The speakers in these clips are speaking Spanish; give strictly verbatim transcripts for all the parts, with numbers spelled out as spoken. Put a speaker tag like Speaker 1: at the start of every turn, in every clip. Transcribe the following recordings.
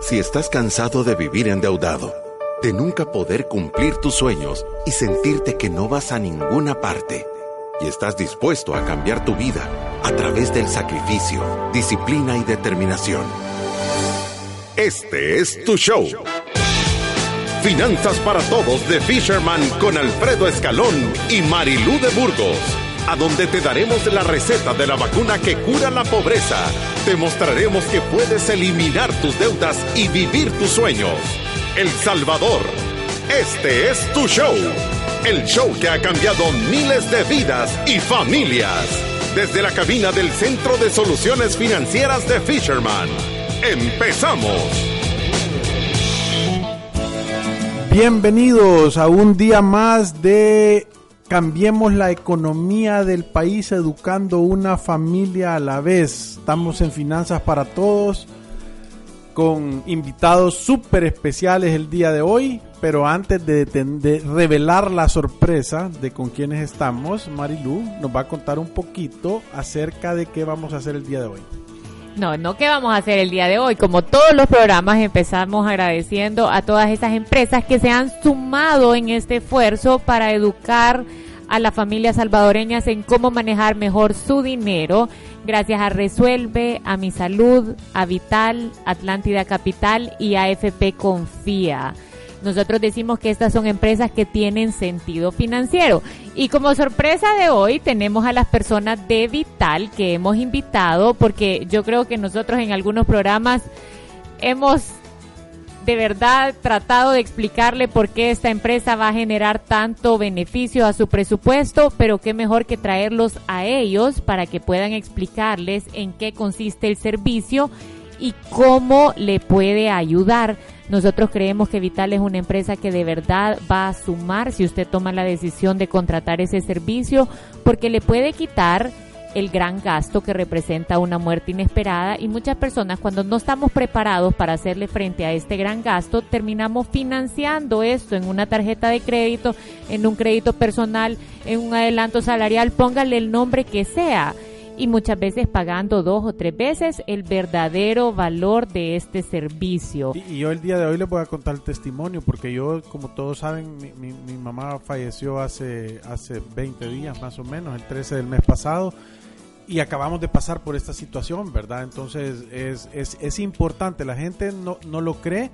Speaker 1: Si estás cansado de vivir endeudado, de nunca poder cumplir tus sueños y sentirte que no vas a ninguna parte, y estás dispuesto a cambiar tu vida a través del sacrificio, disciplina y determinación, este es tu show. Finanzas para Todos de Fisherman con Alfredo Escalón y Marilú de Burgos, a donde te daremos la receta de la vacuna que cura la pobreza. Te mostraremos que puedes eliminar tus deudas y vivir tus sueños. El Salvador, este es tu show. El show que ha cambiado miles de vidas y familias. Desde la cabina del Centro de Soluciones Financieras de Fisherman. ¡Empezamos!
Speaker 2: Bienvenidos a un día más de Cambiemos la economía del país educando una familia a la vez. Estamos en Finanzas para Todos con invitados súper especiales el día de hoy, pero antes de, de, de revelar la sorpresa de con quienes estamos, Marilú nos va a contar un poquito acerca de qué vamos a hacer el día de hoy.
Speaker 3: No, no qué vamos a hacer el día de hoy. Como todos los programas, empezamos agradeciendo a todas esas empresas que se han sumado en este esfuerzo para educar a las familias salvadoreñas en cómo manejar mejor su dinero. Gracias a Resuelve, a Mi Salud, a Vital, Atlántida Capital y a A F P Confía. Nosotros decimos que estas son empresas que tienen sentido financiero. Y como sorpresa de hoy tenemos a las personas de Vital que hemos invitado, porque yo creo que nosotros en algunos programas hemos de verdad tratado de explicarle por qué esta empresa va a generar tanto beneficio a su presupuesto, pero qué mejor que traerlos a ellos para que puedan explicarles en qué consiste el servicio y cómo le puede ayudar. Nosotros creemos que Vital es una empresa que de verdad va a sumar si usted toma la decisión de contratar ese servicio, porque le puede quitar el gran gasto que representa una muerte inesperada, y muchas personas, cuando no estamos preparados para hacerle frente a este gran gasto, terminamos financiando esto en una tarjeta de crédito, en un crédito personal, en un adelanto salarial, póngale el nombre que sea, y muchas veces pagando dos o tres veces el verdadero valor de este servicio.
Speaker 2: Y, y yo el día de hoy les voy a contar el testimonio, porque yo, como todos saben, mi, mi, mi mamá falleció hace, hace veinte días más o menos, el trece del mes pasado, y acabamos de pasar por esta situación, ¿verdad? Entonces es, es, es importante, la gente no, no lo cree,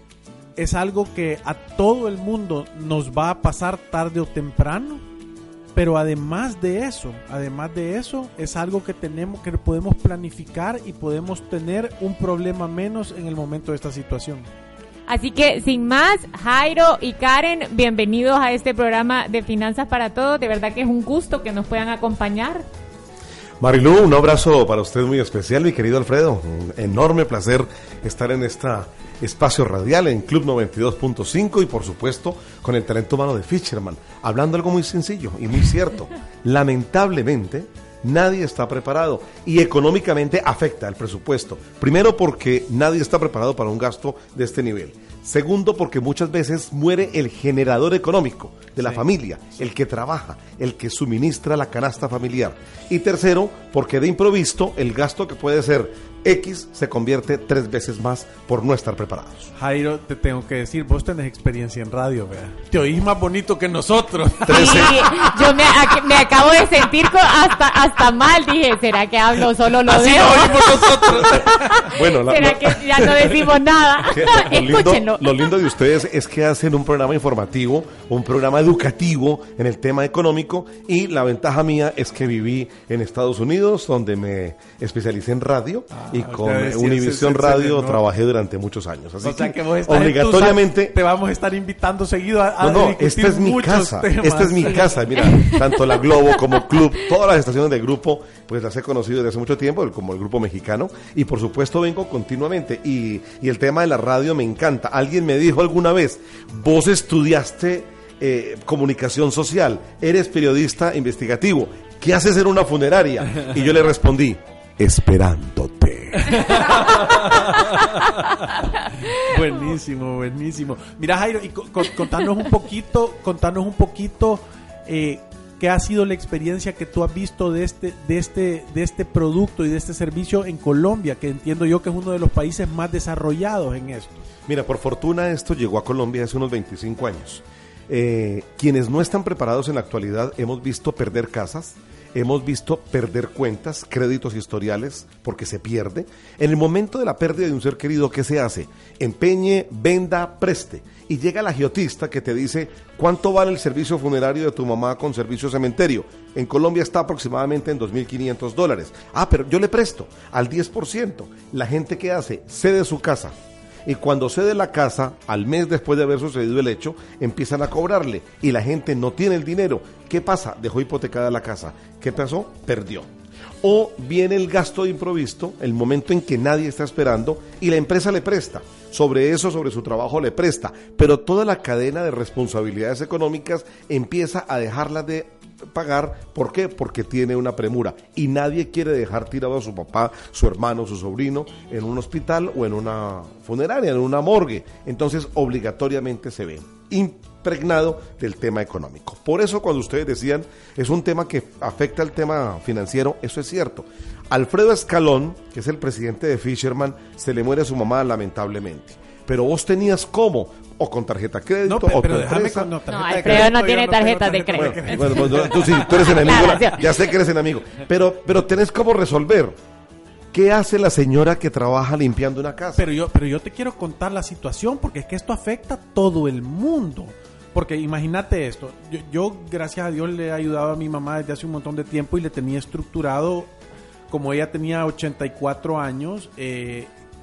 Speaker 2: es algo que a todo el mundo nos va a pasar tarde o temprano. Pero además de eso, además de eso, es algo que tenemos, que podemos planificar y podemos tener un problema menos en el momento de esta situación.
Speaker 3: Así que, sin más, Jairo y Karen, bienvenidos a este programa de Finanzas para Todos. De verdad que es un gusto que nos puedan acompañar.
Speaker 4: Marilú, un abrazo para usted muy especial, mi querido Alfredo. Un enorme placer estar en este espacio radial en Club noventa y dos punto cinco y, por supuesto, con el talento humano de Fisherman, hablando algo muy sencillo y muy cierto. Lamentablemente, nadie está preparado y económicamente afecta el presupuesto. Primero, porque nadie está preparado para un gasto de este nivel. Segundo, porque muchas veces muere el generador económico de la sí, familia, sí. el que trabaja, el que suministra la canasta familiar. Y tercero, porque de improviso el gasto que puede ser X se convierte tres veces más por no estar preparados.
Speaker 2: Jairo, te tengo que decir, vos tenés experiencia en radio, ¿verdad? Te oís más bonito que nosotros.
Speaker 3: Sí, yo me, me acabo de sentir con, hasta hasta mal, dije, ¿será que hablo solo lo
Speaker 2: Así
Speaker 3: veo?
Speaker 2: Lo oímos nosotros.
Speaker 4: Bueno, la,
Speaker 3: ¿será
Speaker 4: lo,
Speaker 3: que ya no decimos nada?
Speaker 4: Lo lindo,
Speaker 3: Escúchenlo.
Speaker 4: Lo lindo de ustedes es que hacen un programa informativo, un programa educativo en el tema económico, y la ventaja mía es que viví en Estados Unidos, donde me especialicé en radio. Ah. Y con Univisión Radio ¿no? trabajé durante muchos años. Así
Speaker 2: o sea que,
Speaker 4: que
Speaker 2: vos
Speaker 4: obligatoriamente
Speaker 2: te vamos a estar invitando seguido a, a
Speaker 4: no, no, esta es mi casa. Temas. Esta es mi casa. Mira, tanto la Globo como Club, todas las estaciones del grupo, pues las he conocido desde hace mucho tiempo, como el Grupo Mexicano, y por supuesto vengo continuamente. Y, y el tema de la radio me encanta. Alguien me dijo alguna vez, vos estudiaste eh, comunicación social, eres periodista investigativo, ¿qué haces en una funeraria? Y yo le respondí, esperándote.
Speaker 2: Buenísimo, buenísimo. Mira, Jairo, y co- contanos un poquito, contanos un poquito eh, ¿qué ha sido la experiencia que tú has visto de este, de este, de este producto y de este servicio en Colombia, que entiendo yo que es uno de los países más desarrollados en esto?
Speaker 4: Mira, por fortuna esto llegó a Colombia hace unos veinticinco años. Eh, quienes no están preparados en la actualidad hemos visto perder casas, hemos visto perder cuentas, créditos historiales, porque se pierde. En el momento de la pérdida de un ser querido, ¿qué se hace? Empeñe, venda, preste. Y llega el agiotista que te dice, ¿cuánto vale el servicio funerario de tu mamá con servicio cementerio? En Colombia está aproximadamente en dos mil quinientos dólares. Ah, pero yo le presto al diez por ciento. La gente, ¿qué hace? Cede su casa. Y cuando cede la casa, al mes después de haber sucedido el hecho, empiezan a cobrarle y la gente no tiene el dinero. ¿Qué pasa? Dejó hipotecada la casa. ¿Qué pasó? Perdió. O viene el gasto de improviso, el momento en que nadie está esperando y la empresa le presta. Sobre eso, sobre su trabajo le presta, pero toda la cadena de responsabilidades económicas empieza a dejarla de pagar. ¿Por qué? Porque tiene una premura y nadie quiere dejar tirado a su papá, su hermano, su sobrino en un hospital o en una funeraria, en una morgue. Entonces obligatoriamente se ve impregnado del tema económico. Por eso cuando ustedes decían es un tema que afecta al tema financiero, eso es cierto. Alfredo Escalón, que es el presidente de Fisherman, se le muere a su mamá lamentablemente. Pero vos tenías cómo, o con tarjeta crédito,
Speaker 2: no, pero,
Speaker 4: o
Speaker 2: pero
Speaker 4: tu
Speaker 2: déjame
Speaker 4: empresa.
Speaker 3: No,
Speaker 2: con no, tarjeta de
Speaker 3: Alfredo
Speaker 2: crédito,
Speaker 3: no tiene
Speaker 2: yo
Speaker 3: tarjeta
Speaker 2: tengo
Speaker 3: de crédito.
Speaker 4: Bueno, bueno, bueno, tú sí, tú eres enemigo, la- ya sé que eres enemigo. Pero, pero tenés cómo resolver. ¿Qué hace la señora que trabaja limpiando una casa?
Speaker 2: Pero yo, pero yo te quiero contar la situación porque es que esto afecta a todo el mundo. Porque imagínate esto, yo, yo gracias a Dios le he ayudado a mi mamá desde hace un montón de tiempo y le tenía estructurado, como ella tenía ochenta y cuatro años, eh,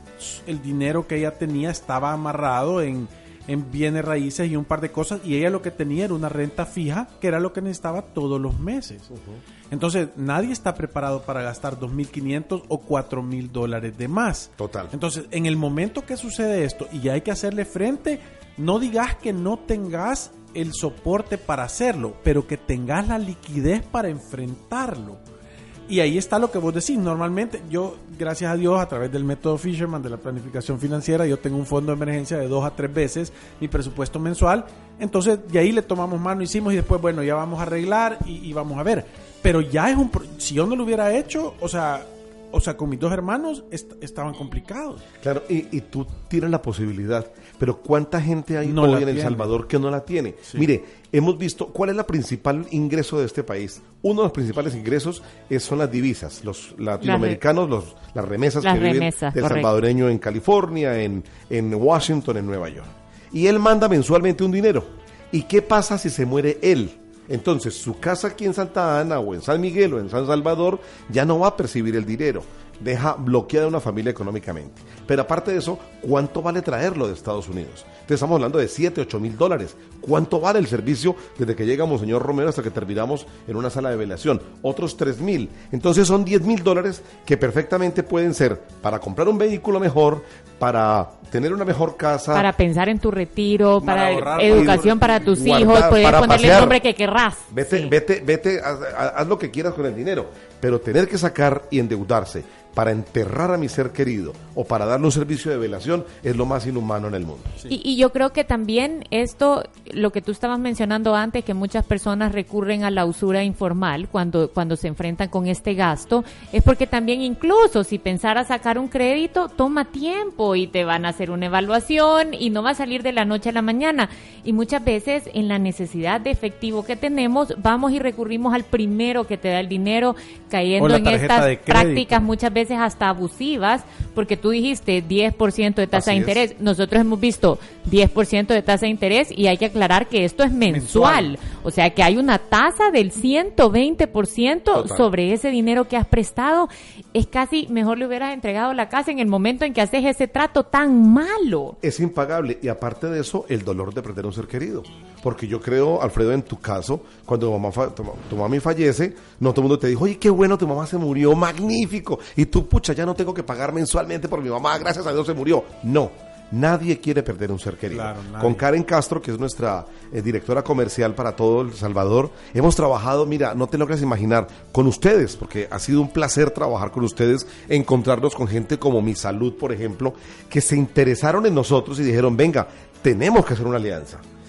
Speaker 2: el dinero que ella tenía estaba amarrado en, en bienes raíces y un par de cosas, y ella lo que tenía era una renta fija, que era lo que necesitaba todos los meses. Uh-huh. Entonces, nadie está preparado para gastar dos mil quinientos o cuatro mil dólares de más.
Speaker 4: Total.
Speaker 2: Entonces, en el momento que sucede esto y ya hay que hacerle frente, no digas que no tengas el soporte para hacerlo, pero que tengas la liquidez para enfrentarlo. Y ahí está lo que vos decís. Normalmente, yo, gracias a Dios, a través del método Fisherman, de la planificación financiera, yo tengo un fondo de emergencia de dos a tres veces mi presupuesto mensual. Entonces, de ahí le tomamos mano, hicimos y después, bueno, ya vamos a arreglar y, y vamos a ver. Pero ya es un... Si yo no lo hubiera hecho, o sea... O sea, con mis dos hermanos est- estaban complicados.
Speaker 4: Claro, y, y tú tienes la posibilidad, pero ¿cuánta gente hay
Speaker 2: No
Speaker 4: hoy
Speaker 2: la
Speaker 4: en El
Speaker 2: tiene.
Speaker 4: Salvador que no la tiene?
Speaker 2: Sí.
Speaker 4: Mire, hemos visto, ¿cuál es la principal ingreso de este país? Uno de los principales ingresos es, son las divisas, los latinoamericanos, los, las remesas
Speaker 3: Las
Speaker 4: que viven
Speaker 3: remesas,
Speaker 4: del
Speaker 3: correcto.
Speaker 4: salvadoreño en California, en, en Washington, en Nueva York. Y él manda mensualmente un dinero. ¿Y qué pasa si se muere él? Entonces, su casa aquí en Santa Ana o en San Miguel o en San Salvador ya no va a percibir el dinero. Deja bloqueada una familia económicamente. Pero aparte de eso, ¿cuánto vale traerlo de Estados Unidos? Entonces estamos hablando de siete, ocho mil dólares. ¿Cuánto vale el servicio desde que llega Monseñor Romero hasta que terminamos en una sala de velación? Otros tres mil. Entonces son diez mil dólares que perfectamente pueden ser para comprar un vehículo mejor, para tener una mejor casa,
Speaker 3: Para pensar en tu retiro,
Speaker 2: Para
Speaker 3: para,
Speaker 2: ahorrar,
Speaker 3: educación
Speaker 2: para
Speaker 3: para tus
Speaker 4: guardar,
Speaker 3: hijos, puedes
Speaker 4: para
Speaker 3: ponerle
Speaker 4: pasear.
Speaker 3: el nombre que querrás.
Speaker 4: Vete,
Speaker 3: Sí.
Speaker 4: vete, vete, haz, haz lo que quieras con el dinero, pero tener que sacar y endeudarse para enterrar a mi ser querido o para darle un servicio de velación es lo más inhumano en el mundo.
Speaker 2: Sí.
Speaker 3: Y, y yo creo que también esto, lo que tú estabas mencionando antes, que muchas personas recurren a la usura informal cuando, cuando se enfrentan con este gasto, es porque también incluso si pensara sacar un crédito, toma tiempo y te van a hacer una evaluación y no va a salir de la noche a la mañana. Y muchas veces en la necesidad de efectivo que tenemos, vamos y recurrimos al primero que te da el dinero,
Speaker 2: O
Speaker 3: cayendo
Speaker 2: la
Speaker 3: en
Speaker 2: tarjeta
Speaker 3: estas
Speaker 2: de crédito.
Speaker 3: prácticas muchas veces hasta abusivas, porque tú dijiste diez por ciento de tasa
Speaker 4: Así
Speaker 3: de
Speaker 4: es.
Speaker 3: interés. Nosotros hemos visto diez por ciento de tasa de interés y hay que aclarar que esto es mensual.
Speaker 2: Mensual.
Speaker 3: O sea que hay una tasa del ciento veinte por ciento
Speaker 4: Total.
Speaker 3: sobre ese dinero que has prestado. Es casi mejor le hubieras entregado la casa en el momento en que haces ese trato tan malo.
Speaker 4: Es impagable y aparte de eso, el dolor de perder a un ser querido. Porque yo creo, Alfredo, en tu caso, cuando mamá fa- tu, tu mami fallece, no todo el mundo te dijo, oye, qué bueno, tu mamá se murió, magnífico. Y tú, pucha, ya no tengo que pagar mensualmente por mi mamá, gracias a Dios se murió. No, nadie quiere perder un ser querido.
Speaker 2: Claro, nadie.
Speaker 4: Con Karen Castro, que es nuestra eh, directora comercial para todo El Salvador, hemos trabajado, mira, no te logras imaginar, con ustedes, porque ha sido un placer trabajar con ustedes, encontrarnos con gente como Mi Salud, por ejemplo, que se interesaron en nosotros y dijeron, venga, tenemos que hacer una alianza.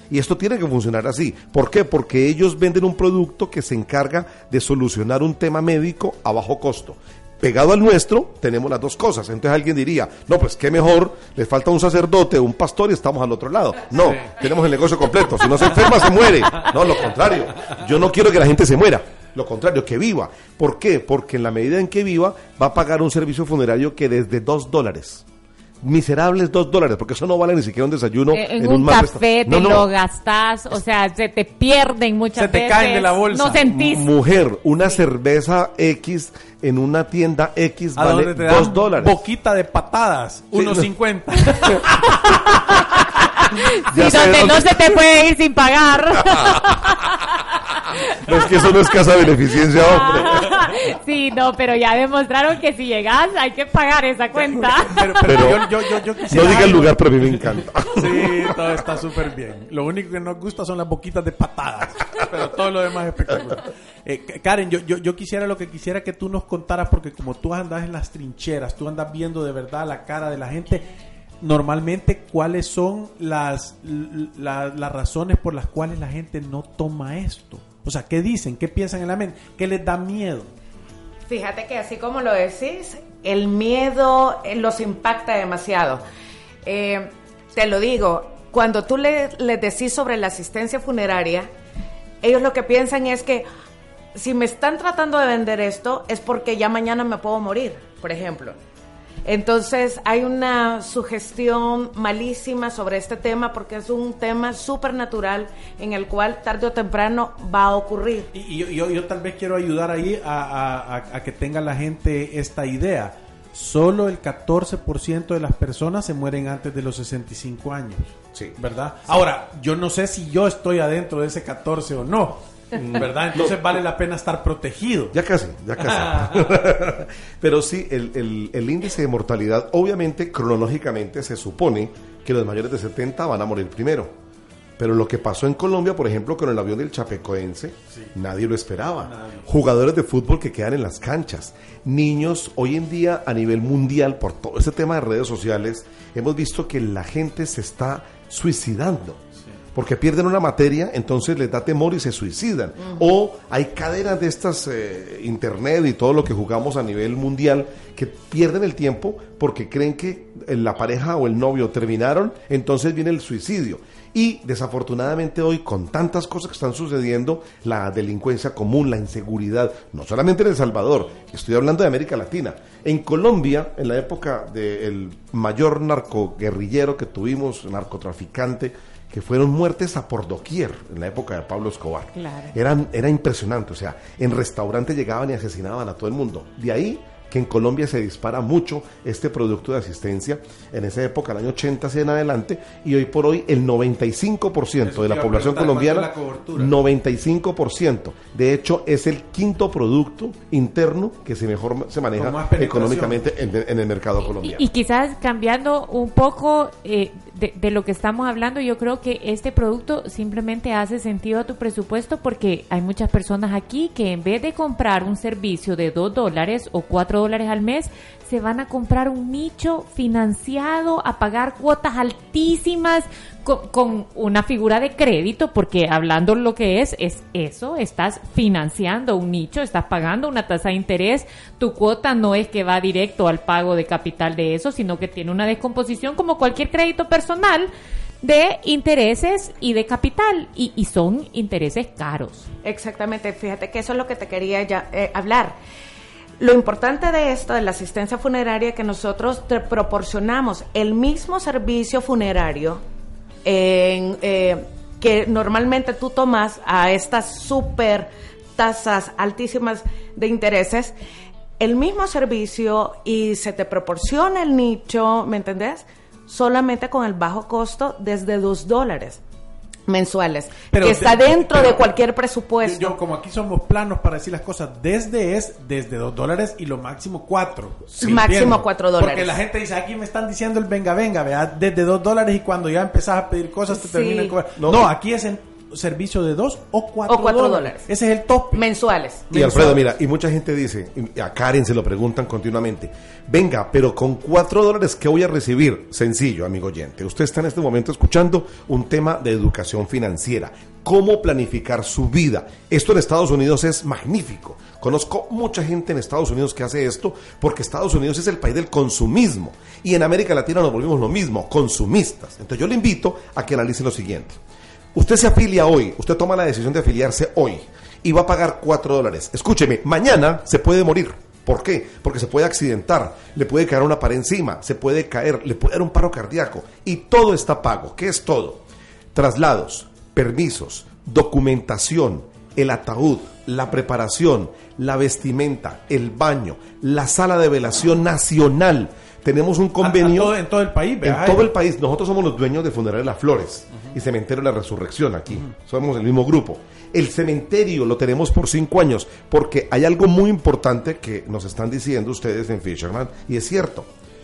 Speaker 4: Y esto tiene que funcionar así. ¿Por qué? Porque ellos venden un producto que se encarga de solucionar un tema médico a bajo costo. Pegado al nuestro, tenemos las dos cosas. Entonces alguien diría, no, pues qué mejor, les falta un sacerdote, un pastor y estamos al otro lado. No, sí. Tenemos el negocio completo. Si no se enferma, se muere. No, lo contrario. Yo no quiero que la gente se muera. Lo contrario, que viva. ¿Por qué? Porque en la medida en que viva, va a pagar un servicio funerario que desde dos dólares. Miserables dos dólares, porque eso no vale ni siquiera un desayuno
Speaker 3: eh, en,
Speaker 4: en
Speaker 3: un,
Speaker 4: un
Speaker 3: café
Speaker 4: no,
Speaker 3: te
Speaker 4: no.
Speaker 3: lo gastas, o sea, se te pierden muchas
Speaker 2: se te
Speaker 3: veces,
Speaker 2: caen de la bolsa.
Speaker 3: No sentís.
Speaker 4: Mujer, una cerveza X en una tienda X
Speaker 2: ¿A
Speaker 4: vale
Speaker 2: dónde te
Speaker 4: dos
Speaker 2: dan
Speaker 4: dólares.
Speaker 2: Boquita de patadas, uno cincuenta.
Speaker 3: Sí, donde no se te puede ir sin pagar.
Speaker 4: No, es que eso no es casa de beneficencia, hombre.
Speaker 3: Sí, no, pero ya demostraron que si llegas hay que pagar esa cuenta.
Speaker 2: Pero, pero,
Speaker 4: Pero
Speaker 2: yo, yo, yo, yo quisiera
Speaker 4: no diga el
Speaker 2: algo.
Speaker 4: lugar, pero a mí me encanta.
Speaker 2: Sí, todo está súper bien. Lo único que nos gusta son las boquitas de patadas, pero todo lo demás es espectacular. Eh, Karen, yo, yo, yo quisiera lo que quisiera que tú nos contaras, porque como tú andas en las trincheras, tú andas viendo de verdad la cara de la gente. Normalmente, ¿cuáles son las, la, las razones por las cuales la gente no toma esto? O sea, ¿qué dicen? ¿Qué piensan en la mente? ¿Qué les da miedo?
Speaker 5: Fíjate que así como lo decís, el miedo eh, los impacta demasiado. Eh, te lo digo, cuando tú le, les decís sobre la asistencia funeraria, ellos lo que piensan es que si me están tratando de vender esto es porque ya mañana me puedo morir, por ejemplo. Entonces hay una sugestión malísima sobre este tema porque es un tema súper natural en el cual tarde o temprano va a ocurrir.
Speaker 2: Y, y yo, yo, yo tal vez quiero ayudar ahí a, a, a, a que tenga la gente esta idea. Solo el catorce por ciento de las personas se mueren antes de los sesenta y cinco años.
Speaker 4: Sí.
Speaker 2: ¿Verdad? Sí. Ahora, yo no sé si yo estoy adentro de ese catorce o no. ¿Verdad? Entonces vale la pena estar protegido.
Speaker 4: Ya casi, ya casi. Pero sí, el, el, el índice de mortalidad, obviamente, cronológicamente, se supone que los mayores de setenta van a morir primero. Pero lo que pasó en Colombia, por ejemplo, con el avión del Chapecoense, sí. Nadie lo esperaba. Nadie. Jugadores de fútbol que quedan en las canchas. Niños, hoy en día, a nivel mundial, por todo este tema de redes sociales, hemos visto que la gente se está suicidando. Porque pierden una materia, entonces les da temor y se suicidan. Uh-huh. O hay cadenas de estas, eh, internet y todo lo que jugamos a nivel mundial, que pierden el tiempo porque creen que la pareja o el novio terminaron, entonces viene el suicidio. Y desafortunadamente hoy, con tantas cosas que están sucediendo, la delincuencia común, la inseguridad, no solamente en El Salvador, estoy hablando de América Latina. En Colombia, en la época del mayor narcoguerrillero que tuvimos, narcotraficante, que fueron muertes a por doquier en la época de Pablo Escobar. Claro. Eran, era impresionante, o sea, en restaurantes llegaban y asesinaban a todo el mundo. De ahí que en Colombia se dispara mucho este producto de asistencia, en esa época, el año ochenta hacia en adelante, y hoy por hoy el noventa y cinco por ciento de la población colombiana, noventa y cinco por ciento, de hecho es el quinto producto interno que se mejor se maneja económicamente en, en el mercado colombiano.
Speaker 3: Y, y quizás cambiando un poco eh, de, de lo que estamos hablando, yo creo que este producto simplemente hace sentido a tu presupuesto, porque hay muchas personas aquí que en vez de comprar un servicio de dos dólares o cuatro dólares al mes, se van a comprar un nicho financiado, a pagar cuotas altísimas con, con una figura de crédito, porque hablando lo que es, es eso, estás financiando un nicho, estás pagando una tasa de interés, tu cuota no es que va directo al pago de capital de eso, sino que tiene una descomposición como cualquier crédito personal de intereses y de capital, y, y son intereses caros.
Speaker 5: Exactamente, fíjate que eso es lo que te quería ya, eh, hablar. Lo importante de esto, de la asistencia funeraria, que nosotros te proporcionamos el mismo servicio funerario en, eh, que normalmente tú tomas a estas súper tasas altísimas de intereses, el mismo servicio, y se te proporciona el nicho, ¿me entendés? Solamente con el bajo costo desde dos dólares mensuales, pero que está de, dentro pero, de cualquier presupuesto.
Speaker 2: Yo, yo, como aquí somos planos para decir las cosas, desde es desde dos dólares y lo máximo cuatro.
Speaker 5: Sí, máximo cuatro dólares.
Speaker 2: Porque la gente dice, aquí me están diciendo el venga, venga, vea, desde dos dólares, y cuando ya empezás a pedir cosas te sí. terminan cobrando. No, no, aquí es en servicio de dos o cuatro,
Speaker 5: o cuatro
Speaker 2: dólares.
Speaker 5: dólares.
Speaker 2: Ese es el tope.
Speaker 5: Mensuales.
Speaker 4: Y Alfredo, mira, y mucha gente dice, y a Karen se lo preguntan continuamente, venga, pero con cuatro dólares, ¿qué voy a recibir? Sencillo, amigo oyente. Usted está en este momento escuchando un tema de educación financiera. Cómo planificar su vida. Esto en Estados Unidos es magnífico. Conozco mucha gente en Estados Unidos que hace esto porque Estados Unidos es el país del consumismo. Y en América Latina nos volvimos lo mismo, consumistas. Entonces yo le invito a que analice lo siguiente. Usted se afilia hoy, usted toma la decisión de afiliarse hoy y va a pagar cuatro dólares. Escúcheme, mañana se puede morir. ¿Por qué? Porque se puede accidentar, le puede caer una pared encima, se puede caer, le puede dar un paro cardíaco y todo está pago. ¿Qué es todo? Traslados, permisos, documentación, el ataúd, la preparación, la vestimenta, el baño, la sala de velación nacional. Tenemos un convenio
Speaker 2: a, a todo, en todo el país, ¿verdad?
Speaker 4: En todo el país. Nosotros somos los dueños de Funeraria Las Flores uh-huh. y Cementerio de la Resurrección aquí. Uh-huh. Somos el mismo grupo. El cementerio lo tenemos por cinco años porque hay algo muy importante que nos están diciendo ustedes en Fisherman y es cierto.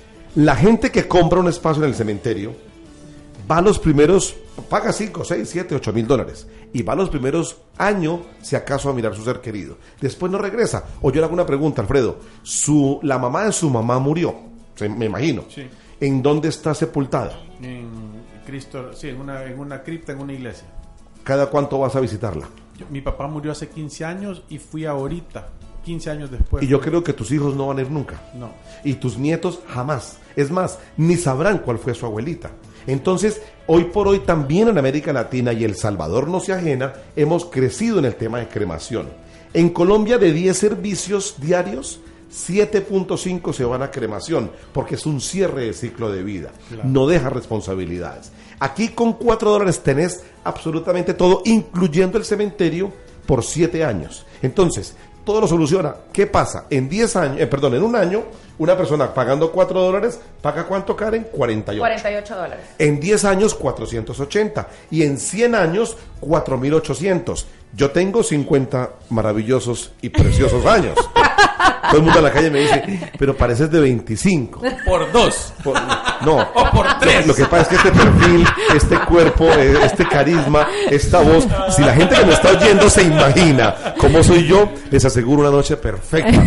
Speaker 4: La gente que compra un espacio en el cementerio va a los primeros, paga cinco, seis, siete, ocho mil dólares y va a los primeros años, si acaso, a mirar su ser querido. Después no regresa. O yo le hago una pregunta, Alfredo. Su, la mamá de su mamá murió, me imagino. Sí. ¿En dónde está sepultada?
Speaker 2: En Cristo, sí, en una, en una cripta, en una iglesia.
Speaker 4: ¿Cada cuánto vas a visitarla?
Speaker 2: Yo, mi papá murió hace quince años y fui ahorita, quince años después.
Speaker 4: Y yo creo que tus hijos no van a ir nunca.
Speaker 2: No.
Speaker 4: Y tus nietos jamás. Es más, ni sabrán cuál fue su abuelita. Entonces, hoy por hoy también en América Latina y El Salvador no se ajena, hemos crecido en el tema de cremación. En Colombia de diez servicios diarios, siete punto cinco se van a cremación, porque es un cierre de ciclo de vida, claro. No deja responsabilidades. Aquí con cuatro dólares tenés absolutamente todo, incluyendo el cementerio, por siete años. Entonces, todo lo soluciona. ¿Qué pasa? En diez años, eh, perdón, en un año, una persona pagando cuatro dólares, ¿paga cuánto, Karen? cuarenta y ocho.
Speaker 5: cuarenta y ocho dólares.
Speaker 4: En diez años, cuatrocientos ochenta. Y en cien años, cuatro mil ochocientos. Yo tengo cincuenta maravillosos y preciosos años. Todo el mundo en la calle me dice, pero pareces de veinticinco.
Speaker 2: Por dos.
Speaker 4: Por, no.
Speaker 2: O por tres.
Speaker 4: Lo, lo que pasa es que este perfil, este cuerpo, este carisma, esta voz, si la gente que me está oyendo se imagina cómo soy yo, les aseguro una noche perfecta en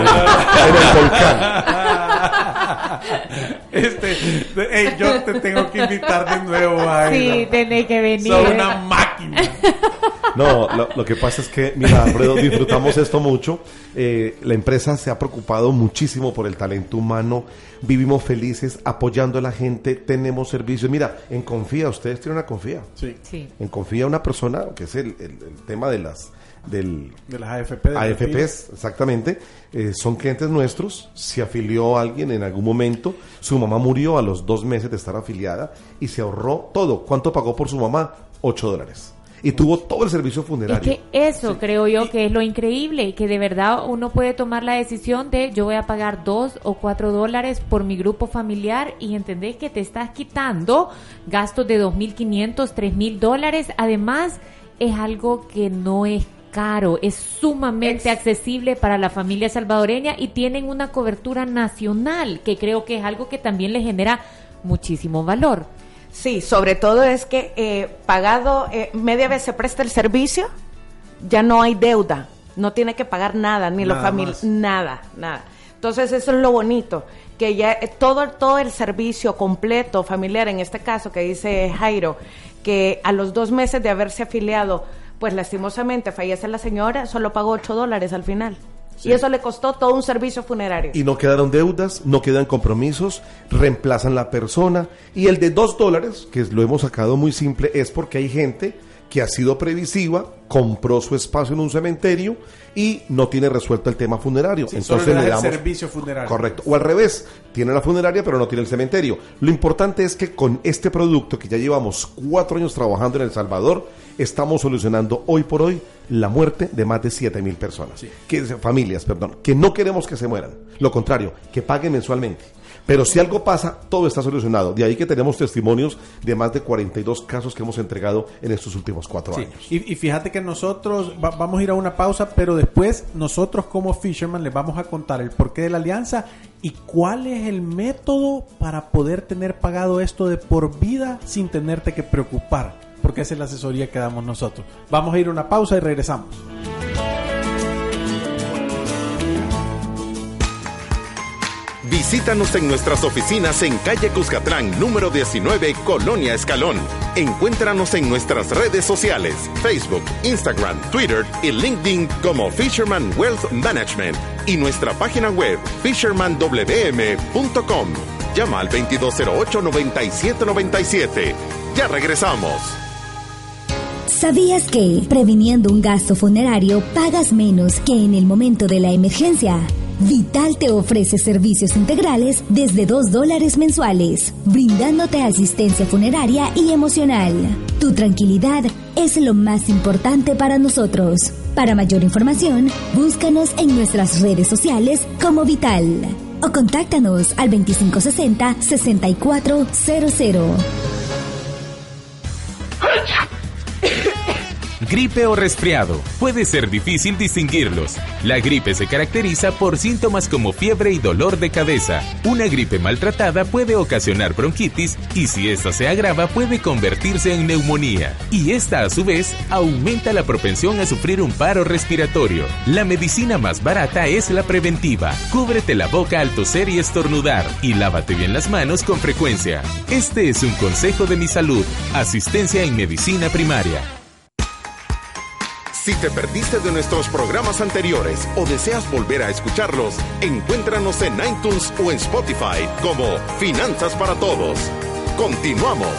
Speaker 4: el volcán.
Speaker 2: Este, hey, yo te tengo que invitar de nuevo a
Speaker 3: Sí, tenés que venir.
Speaker 2: Soy una máquina.
Speaker 4: No, lo, lo que pasa es que, mira, Alfredo, disfrutamos esto mucho. Eh, la empresa se ha preocupado muchísimo por el talento humano. Vivimos felices, apoyando a la gente, tenemos servicios. Mira, en Confía, ustedes tienen una Confía.
Speaker 2: Sí.
Speaker 3: sí.
Speaker 4: En Confía una persona, que es el, el, el tema de las... Del,
Speaker 2: de las A F P.
Speaker 4: A F Ps, exactamente. Eh, son clientes nuestros. Se afilió a alguien en algún momento. Su mamá murió a los dos meses de estar afiliada y se ahorró todo. ¿Cuánto pagó por su mamá? Ocho dólares. Y tuvo todo el servicio funerario.
Speaker 3: Es que eso sí. creo yo que es lo increíble, que de verdad uno puede tomar la decisión de yo voy a pagar dos o cuatro dólares por mi grupo familiar y entendés que te estás quitando gastos de dos mil quinientos, tres mil dólares. Además, es algo que no es caro, es sumamente Ex- accesible para la familia salvadoreña y tienen una cobertura nacional, que creo que es algo que también le genera muchísimo valor.
Speaker 5: Sí, sobre todo es que eh, pagado, eh, media vez se presta el servicio, ya no hay deuda, no tiene que pagar nada, ni la familia, nada, nada. Entonces eso es lo bonito, que ya eh, todo, todo el servicio completo, familiar, en este caso que dice Jairo, que a los dos meses de haberse afiliado, pues lastimosamente fallece la señora, solo pagó ocho dólares al final. Sí. Y eso le costó todo un servicio funerario.
Speaker 4: Y no quedaron deudas, no quedan compromisos, reemplazan la persona. Y el de dos dólares, que lo hemos sacado muy simple, es porque hay gente que ha sido previsiva, compró su espacio en un cementerio y no tiene resuelto el tema funerario.
Speaker 2: Sí,
Speaker 4: entonces
Speaker 2: solo
Speaker 4: le damos
Speaker 2: el servicio funerario.
Speaker 4: Correcto. O al revés, tiene la funeraria pero no tiene el cementerio. Lo importante es que con este producto que ya llevamos cuatro años trabajando en El Salvador, estamos solucionando hoy por hoy la muerte de más de siete mil personas. Sí. Que, familias, perdón, que no queremos que se mueran. Lo contrario, que paguen mensualmente. Pero si algo pasa, todo está solucionado. De ahí que tenemos testimonios de más de cuarenta y dos casos que hemos entregado en estos últimos cuatro
Speaker 2: sí.
Speaker 4: años.
Speaker 2: Y, y fíjate que nosotros va, vamos a ir a una pausa, pero después nosotros como Fisherman les vamos a contar el porqué de la alianza y cuál es el método para poder tener pagado esto de por vida sin tenerte que preocupar. Porque porque esa es la asesoría que damos nosotros. Vamos a ir a una pausa y regresamos.
Speaker 1: Visítanos en nuestras oficinas en calle Cuscatlán, número diecinueve, Colonia Escalón. Encuéntranos en nuestras redes sociales, Facebook, Instagram, Twitter y LinkedIn como Fisherman Wealth Management y nuestra página web fisherman w m punto com. Llama al veintidós cero ocho, noventa y siete noventa y siete. Ya regresamos.
Speaker 6: ¿Sabías que, previniendo un gasto funerario, pagas menos que en el momento de la emergencia? Vital te ofrece servicios integrales desde dos dólares mensuales, brindándote asistencia funeraria y emocional. Tu tranquilidad es lo más importante para nosotros. Para mayor información, búscanos en nuestras redes sociales como Vital o contáctanos al veinticinco sesenta, sesenta y cuatro cero cero.
Speaker 7: Gripe o resfriado. Puede ser difícil distinguirlos. La gripe se caracteriza por síntomas como fiebre y dolor de cabeza. Una gripe maltratada puede ocasionar bronquitis y si esta se agrava puede convertirse en neumonía. Y esta a su vez aumenta la propensión a sufrir un paro respiratorio. La medicina más barata es la preventiva. Cúbrete la boca al toser y estornudar y lávate bien las manos con frecuencia. Este es un consejo de Mi Salud. Asistencia en medicina primaria.
Speaker 1: Si te perdiste de nuestros programas anteriores o deseas volver a escucharlos, encuéntranos en iTunes o en Spotify como Finanzas para Todos. Continuamos.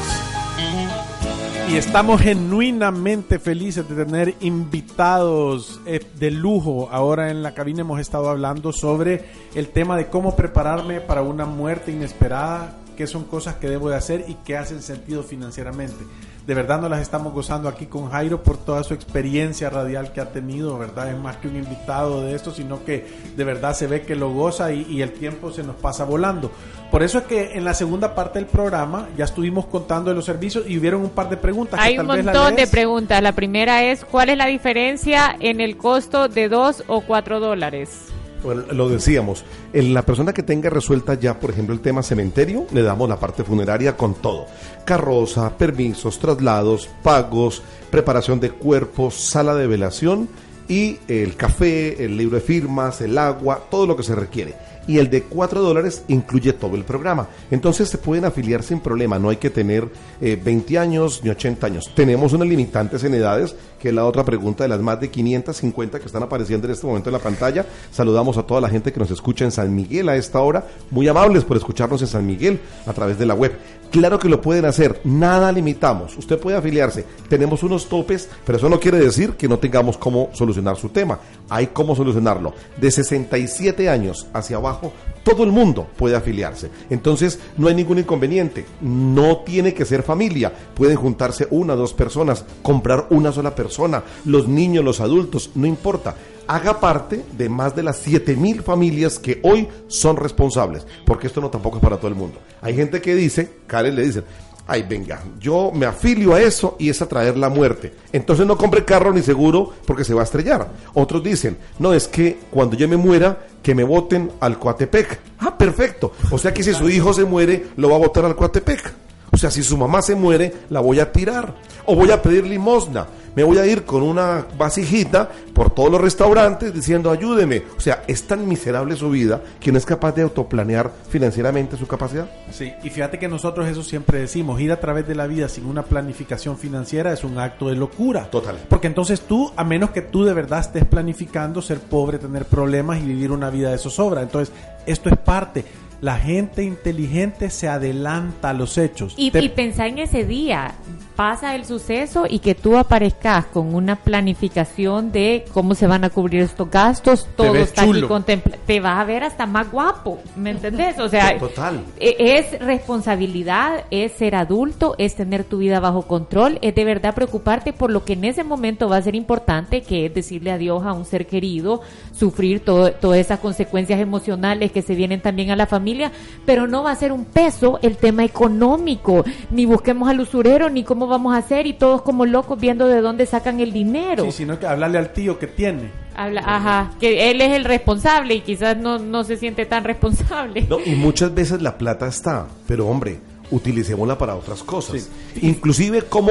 Speaker 2: Y estamos genuinamente felices de tener invitados eh, de lujo. Ahora en la cabina hemos estado hablando sobre el tema de cómo prepararme para una muerte inesperada, qué son cosas que debo de hacer y qué hacen sentido financieramente. De verdad nos las estamos gozando aquí con Jairo por toda su experiencia radial que ha tenido, ¿verdad? Es más que un invitado de esto, sino que de verdad se ve que lo goza y, y el tiempo se nos pasa volando. Por eso es que en la segunda parte del programa ya estuvimos contando de los servicios y hubieron un par de preguntas.
Speaker 3: Hay
Speaker 2: que tal
Speaker 3: un
Speaker 2: vez
Speaker 3: montón
Speaker 2: de
Speaker 3: preguntas. La primera es, ¿cuál es la diferencia en el costo de dos o cuatro dólares?
Speaker 4: Bueno, lo decíamos, en la persona que tenga resuelta ya, por ejemplo, el tema cementerio, le damos la parte funeraria con todo. Carroza, permisos, traslados, pagos, preparación de cuerpos, sala de velación y el café, el libro de firmas, el agua, todo lo que se requiere. Y el de cuatro dólares incluye todo el programa. Entonces se pueden afiliar sin problema, no hay que tener eh, veinte años ni ochenta años. Tenemos unas limitantes en edades, que es la otra pregunta de las más de quinientas cincuenta que están apareciendo en este momento en la pantalla. Saludamos a toda la gente que nos escucha en San Miguel a esta hora, muy amables por escucharnos en San Miguel a través de la web. Claro que lo pueden hacer, nada limitamos, usted puede afiliarse, tenemos unos topes, pero eso no quiere decir que no tengamos cómo solucionar su tema, hay cómo solucionarlo. De sesenta y siete años hacia abajo, todo el mundo puede afiliarse, entonces no hay ningún inconveniente, no tiene que ser familia, pueden juntarse una o dos personas, comprar una sola persona, los niños, los adultos, no importa. Haga parte de más de las siete mil familias que hoy son responsables, porque esto no tampoco es para todo el mundo. Hay gente que dice, Karen le dicen, ay venga, yo me afilio a eso y es a traer la muerte, entonces no compre carro ni seguro porque se va a estrellar. Otros dicen, no, es que cuando yo me muera, que me voten al Coatepec. Ah, perfecto, o sea que si su hijo se muere, lo va a votar al Coatepec. O sea, si su mamá se muere, la voy a tirar. O voy a pedir limosna. Me voy a ir con una vasijita por todos los restaurantes diciendo ayúdeme. O sea, es tan miserable su vida que no es capaz de autoplanear financieramente su capacidad.
Speaker 2: Sí, y fíjate que nosotros eso siempre decimos, ir a través de la vida sin una planificación financiera es un acto de locura.
Speaker 4: Total.
Speaker 2: Porque entonces tú, a menos que tú de verdad estés planificando ser pobre, tener problemas y vivir una vida de zozobra. Entonces, esto es parte. La gente inteligente se adelanta a los hechos.
Speaker 3: Y,
Speaker 2: Te...
Speaker 3: y pensar en ese día, pasa el suceso y que tú aparezcas con una planificación de cómo se van a cubrir estos gastos, todo está chulo. Aquí contemplado. Te vas a ver hasta más guapo, ¿me entendés? O sea,
Speaker 4: total.
Speaker 3: Es responsabilidad, es ser adulto, es tener tu vida bajo control, es de verdad preocuparte por lo que en ese momento va a ser importante, que es decirle adiós a un ser querido, sufrir todo, todas esas consecuencias emocionales que se vienen también a la familia. Pero no va a ser un peso el tema económico, ni busquemos al usurero, ni cómo vamos a hacer, y todos como locos viendo de dónde sacan el dinero.
Speaker 2: Sí, sino que hablarle al tío que tiene.
Speaker 3: Habla, ajá, que él es el responsable y quizás no, no se siente tan responsable.
Speaker 4: No, y muchas veces la plata está, pero hombre, utilicémosla para otras cosas. Sí. Inclusive como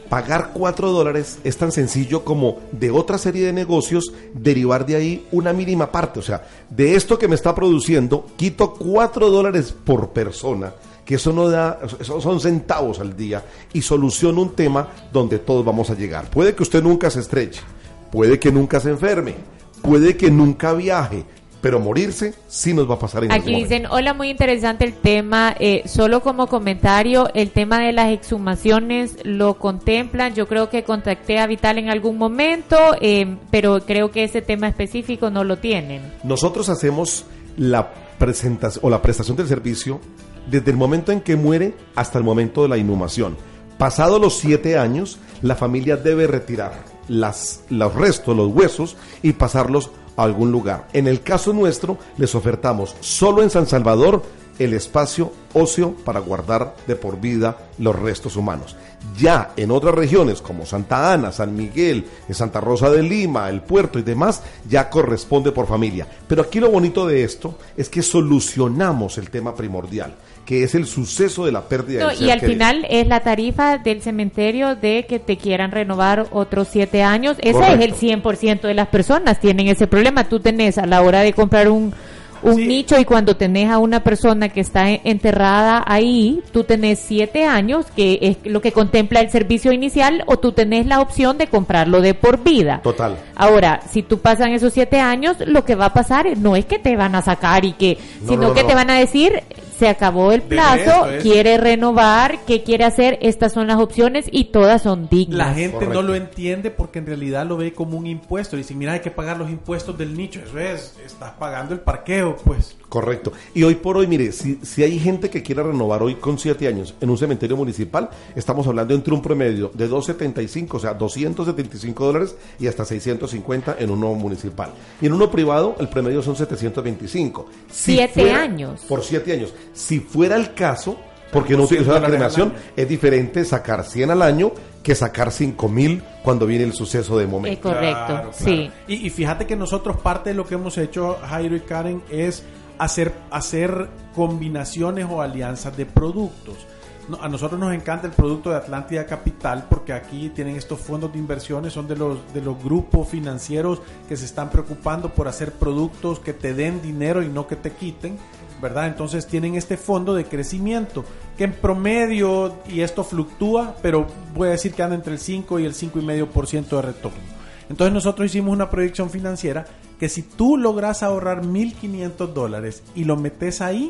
Speaker 4: pagar cuatro dólares es tan sencillo como de otra serie de negocios derivar de ahí una mínima parte. O sea, de esto que me está produciendo, quito cuatro dólares por persona, que eso no da, eso son centavos al día, y soluciona un tema donde todos vamos a llegar. Puede que usted nunca se estreche, puede que nunca se enferme, puede que nunca viaje, pero morirse sí nos va a pasar en
Speaker 3: Aquí dicen, momento. Hola, muy interesante el tema, eh, solo como comentario, el tema de las exhumaciones lo contemplan, yo creo que contacté a Vital en algún momento, eh, pero creo que ese tema específico no lo tienen.
Speaker 4: Nosotros hacemos la presentación o la prestación del servicio desde el momento en que muere hasta el momento de la inhumación. Pasados los siete años, la familia debe retirar las, los restos, los huesos, y pasarlos a algún lugar. En el caso nuestro, les ofertamos solo en San Salvador el espacio óseo para guardar de por vida los restos humanos. Ya en otras regiones como Santa Ana, San Miguel, Santa Rosa de Lima, el Puerto y demás, ya corresponde por familia. Pero aquí lo bonito de esto es que solucionamos el tema primordial, que es el suceso de la pérdida
Speaker 3: no,
Speaker 4: del ser
Speaker 3: y al
Speaker 4: querido.
Speaker 3: final es la tarifa del cementerio de que te quieran renovar otros siete años. Ese
Speaker 4: Correcto.
Speaker 3: es el cien por ciento de las personas tienen ese problema. Tú tenés a la hora de comprar un un sí. nicho, y cuando tenés a una persona que está enterrada ahí, tú tenés siete años, que es lo que contempla el servicio inicial, o tú tenés la opción de comprarlo de por vida.
Speaker 4: Total.
Speaker 3: Ahora, si tú pasan esos siete años, lo que va a pasar no es que te van a sacar y que,
Speaker 4: no,
Speaker 3: sino
Speaker 4: no, no,
Speaker 3: que
Speaker 4: no.
Speaker 3: te van a decir, se acabó el plazo, quiere renovar, ¿qué quiere hacer? Estas son las opciones y todas son dignas.
Speaker 2: La gente
Speaker 4: Correcto.
Speaker 2: no lo entiende porque en realidad lo ve como un impuesto. Dicen, mira, hay que pagar los impuestos del nicho. Eso es, estás pagando el parqueo, pues.
Speaker 4: Correcto. Y hoy por hoy, mire, si, si hay gente que quiera renovar hoy con siete años en un cementerio municipal, estamos hablando entre un promedio de doscientos setenta y cinco, o sea, doscientos setenta y cinco dólares y hasta seiscientos cincuenta en uno municipal. Y en uno privado, el promedio son setecientos veinticinco. Si
Speaker 3: siete
Speaker 4: fuera,
Speaker 3: años.
Speaker 4: Por siete años. Si fuera el caso, porque no utiliza la cremación, es diferente sacar cien al año que sacar cinco mil cuando viene el suceso de momento.
Speaker 3: Es correcto,
Speaker 2: Claro, claro.
Speaker 3: sí.
Speaker 2: Y, y fíjate que nosotros parte de lo que hemos hecho, Jairo y Karen, es hacer, hacer combinaciones o alianzas de productos. No, a nosotros nos encanta el producto de Atlántida Capital porque aquí tienen estos fondos de inversiones, son de los de los grupos financieros que se están preocupando por hacer productos que te den dinero y no que te quiten, ¿verdad? Entonces tienen este fondo de crecimiento que en promedio, y esto fluctúa, pero voy a decir que anda entre el cinco y el cinco coma cinco por ciento de retorno. Entonces nosotros hicimos una proyección financiera que si tú logras ahorrar mil quinientos dólares y lo metes ahí,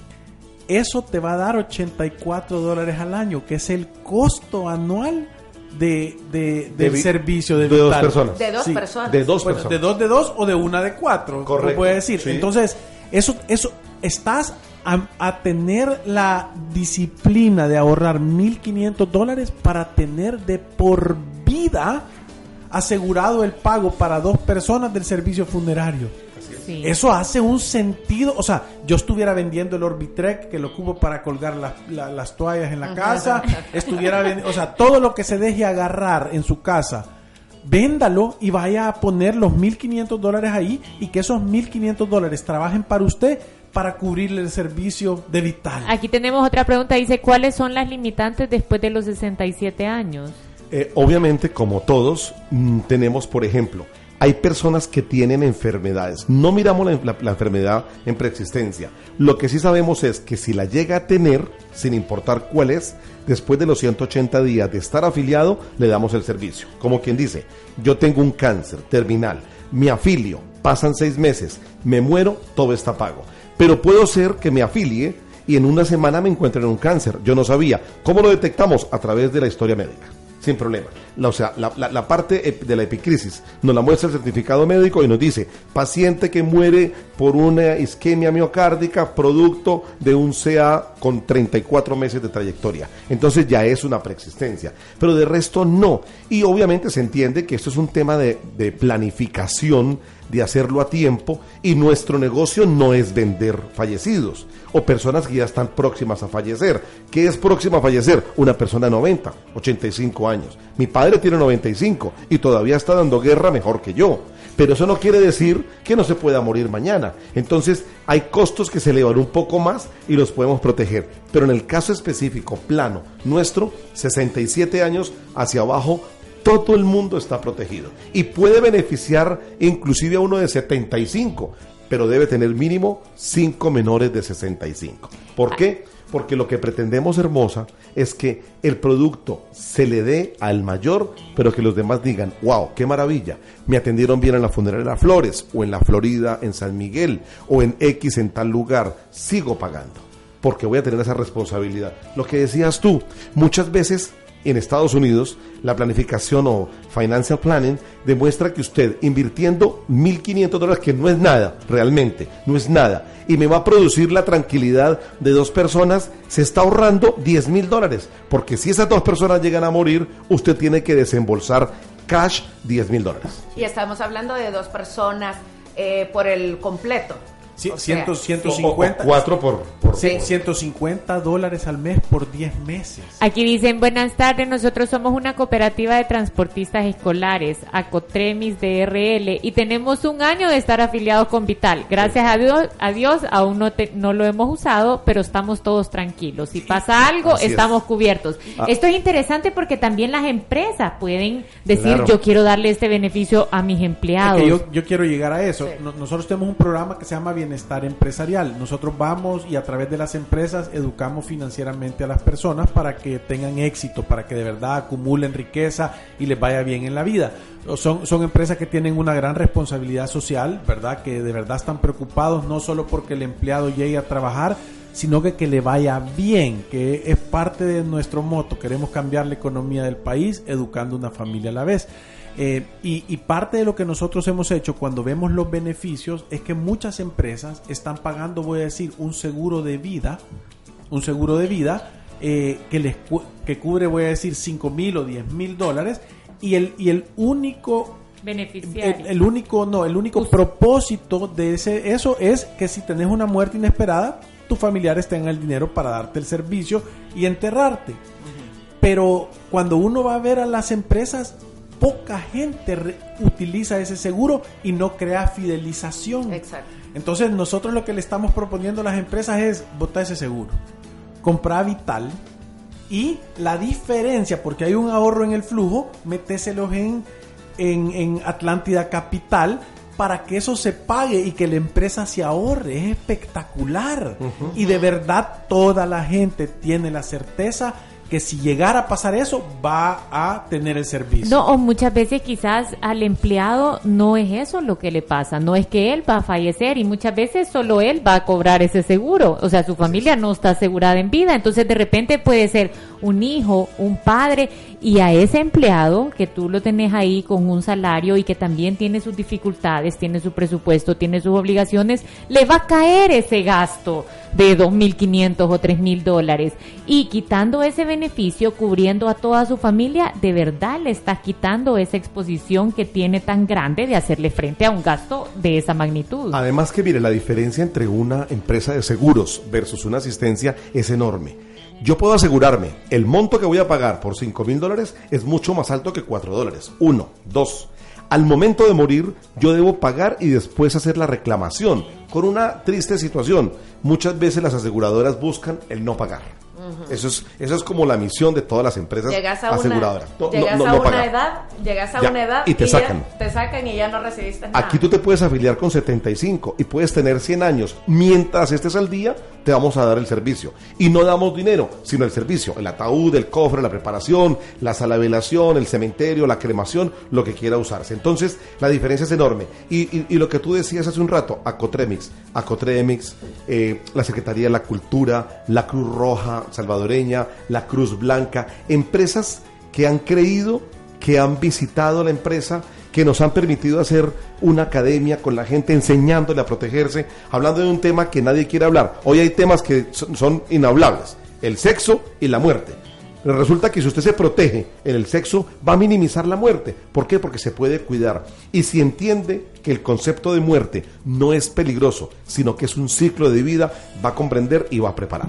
Speaker 2: eso te va a dar ochenta y cuatro dólares al año, que es el costo anual de, de, del
Speaker 4: de,
Speaker 2: servicio de,
Speaker 4: de dos
Speaker 2: Vital.
Speaker 4: personas.
Speaker 5: De dos
Speaker 2: Sí,
Speaker 5: personas.
Speaker 4: De dos
Speaker 2: Bueno,
Speaker 4: personas.
Speaker 2: de dos de dos o de una de cuatro,
Speaker 4: Correcto.
Speaker 2: puede decir.
Speaker 4: Sí.
Speaker 2: Entonces, eso, eso estás a, a tener la disciplina de ahorrar mil quinientos dólares para tener de por vida asegurado el pago para dos personas del servicio funerario.
Speaker 3: Sí.
Speaker 2: Eso hace un sentido, o sea, yo estuviera vendiendo el Orbitrek que lo ocupo para colgar la, la, las toallas en la casa, estuviera vendiendo, o sea, todo lo que se deje agarrar en su casa, véndalo y vaya a poner los mil quinientos dólares ahí y que esos mil quinientos dólares trabajen para usted para cubrirle el servicio de Vital.
Speaker 3: Aquí tenemos otra pregunta, dice, ¿cuáles son las limitantes después de los sesenta y siete años?
Speaker 4: Eh, obviamente, como todos, mmm, tenemos, por ejemplo, hay personas que tienen enfermedades. No miramos la, la, la enfermedad en preexistencia. Lo que sí sabemos es que si la llega a tener, sin importar cuál es, después de los ciento ochenta días de estar afiliado, le damos el servicio. Como quien dice, yo tengo un cáncer terminal, me afilio, pasan seis meses, me muero, todo está pago. Pero puedo ser que me afilie y en una semana me encuentren un cáncer. Yo no sabía. ¿Cómo lo detectamos? A través de la historia médica. Sin problema. La, o sea, la, la, la parte de la epicrisis nos la muestra el certificado médico y nos dice, paciente que muere por una isquemia miocárdica producto de un C A con treinta y cuatro meses de trayectoria. Entonces ya es una preexistencia. Pero de resto no. Y obviamente se entiende que esto es un tema de, de planificación, de hacerlo a tiempo, y nuestro negocio no es vender fallecidos o personas que ya están próximas a fallecer. ¿Qué es próxima a fallecer? Una persona de noventa, ochenta y cinco años. Mi padre tiene noventa y cinco y todavía está dando guerra mejor que yo. pero eso no quiere decir que no se pueda morir mañana. Entonces hay costos que se elevan un poco más y los podemos proteger, pero en el caso específico plano nuestro, sesenta y siete años hacia abajo, todo el mundo está protegido y puede beneficiar inclusive a uno de setenta y cinco, pero debe tener mínimo cinco menores de sesenta y cinco. ¿Por qué? Porque lo que pretendemos, Hermosa, es que el producto se le dé al mayor, pero que los demás digan, wow, qué maravilla, me atendieron bien en la funeraria Las Flores, o en la Florida, en San Miguel, o en X en tal lugar, sigo pagando, porque voy a tener esa responsabilidad. Lo que decías tú, muchas veces en Estados Unidos, la planificación o financial planning demuestra que usted invirtiendo mil quinientos dólares, que no es nada, realmente, no es nada, y me va a producir la tranquilidad de dos personas, se está ahorrando diez mil dólares, porque si esas dos personas llegan a morir, usted tiene que desembolsar cash diez mil dólares.
Speaker 5: Y estamos hablando de dos personas eh, por el completo.
Speaker 2: Sí,
Speaker 5: o
Speaker 2: cien,
Speaker 5: sea,
Speaker 2: ciento cincuenta,
Speaker 4: o, o cuatro por, por,
Speaker 2: sí,
Speaker 4: por
Speaker 2: ciento cincuenta dólares al mes por diez meses.
Speaker 3: Aquí dicen, buenas tardes, nosotros somos una cooperativa de transportistas escolares, Acotremis D R L, y tenemos un año de estar afiliados con Vital. Gracias a Dios, a Dios aún no, te, no lo hemos usado, pero estamos todos tranquilos. Si pasa algo,
Speaker 4: Así
Speaker 3: estamos
Speaker 4: es.
Speaker 3: cubiertos.
Speaker 4: Ah.
Speaker 3: Esto es interesante porque también las empresas pueden decir,
Speaker 4: Claro.
Speaker 3: yo quiero darle este beneficio a mis empleados.
Speaker 2: Es que yo, yo quiero llegar a eso.
Speaker 5: Sí.
Speaker 2: No- nosotros tenemos un programa que se llama Bienestar Empresarial. Nosotros vamos y a través de las empresas educamos financieramente a las personas para que tengan éxito, para que de verdad acumulen riqueza y les vaya bien en la vida. O Son, son empresas que tienen una gran responsabilidad social, ¿verdad? Que de verdad están preocupados no solo porque el empleado llegue a trabajar, sino que que le vaya bien, que es parte de nuestro moto. Queremos cambiar la economía del país educando una familia a la vez. Eh, y, y parte de lo que nosotros hemos hecho cuando vemos los beneficios es que muchas empresas están pagando, voy a decir, un seguro de vida, un seguro de vida eh, que les cu- que cubre, voy a decir, cinco mil o diez mil dólares, y el y el único
Speaker 3: Beneficiario.
Speaker 2: el, el único no el único propósito de ese eso es que si tenés una muerte inesperada, tus familiares tengan el dinero para darte el servicio y enterrarte. Pero cuando uno va a ver a las empresas, poca gente re- utiliza ese seguro y no crea fidelización.
Speaker 5: Exacto.
Speaker 2: Entonces nosotros lo que le estamos proponiendo a las empresas es botar ese seguro, comprar Vital, y la diferencia, porque hay un ahorro en el flujo, metéselos en, en, en Atlántida Capital para que eso se pague y que la empresa se ahorre. Es espectacular. Uh-huh. Y de verdad toda la gente tiene la certeza que si llegara a pasar eso, va a tener el servicio.
Speaker 3: No, o muchas veces quizás al empleado no es eso lo que le pasa, no es que él va a fallecer y muchas veces solo él va a cobrar ese seguro, o sea, su familia no está asegurada en vida, entonces de repente puede ser un hijo, un padre, y a ese empleado que tú lo tenés ahí con un salario y que también tiene sus dificultades, tiene su presupuesto, tiene sus obligaciones, le va a caer ese gasto de dos mil quinientos o tres mil dólares, y quitando ese beneficio, cubriendo a toda su familia, de verdad le estás quitando esa exposición que tiene tan grande de hacerle frente a un gasto de esa magnitud.
Speaker 4: Además que mire, la diferencia entre una empresa de seguros versus una asistencia es enorme. Yo puedo asegurarme, el monto que voy a pagar por cinco mil dólares es mucho más alto que cuatro dólares. Uno, dos. Al momento de morir, yo debo pagar y después hacer la reclamación. Con una triste situación, muchas veces las aseguradoras buscan el no pagar. Uh-huh. Eso es eso es como la misión de todas las empresas
Speaker 5: llegas a
Speaker 4: aseguradoras.
Speaker 5: Una,
Speaker 4: no,
Speaker 5: llegas
Speaker 4: no,
Speaker 5: a
Speaker 4: no
Speaker 5: una
Speaker 4: pagar.
Speaker 5: edad, llegas a
Speaker 4: ya,
Speaker 5: una edad
Speaker 4: y te
Speaker 5: y
Speaker 4: sacan.
Speaker 5: Ya, te sacan y ya no recibiste nada.
Speaker 4: Aquí tú te puedes afiliar con setenta y cinco y puedes tener cien años. Mientras estés al día, te vamos a dar el servicio. Y no damos dinero, sino el servicio. El ataúd, el cofre, la preparación, la sala de velación, el cementerio, la cremación, lo que quiera usarse. Entonces, la diferencia es enorme. Y, y, y lo que tú decías hace un rato, Acotremix, Acotremix, eh, la Secretaría de la Cultura, la Cruz Roja salvadoreña, la Cruz Blanca, empresas que han creído, que han visitado la empresa, que nos han permitido hacer una academia con la gente, enseñándole a protegerse, hablando de un tema que nadie quiere hablar. Hoy hay temas que son, son inhablables, el sexo y la muerte. Pero resulta que si usted se protege en el sexo, va a minimizar la muerte. ¿Por qué? Porque se puede cuidar. Y si entiende que el concepto de muerte no es peligroso, sino que es un ciclo de vida, va a comprender y va a prepararse.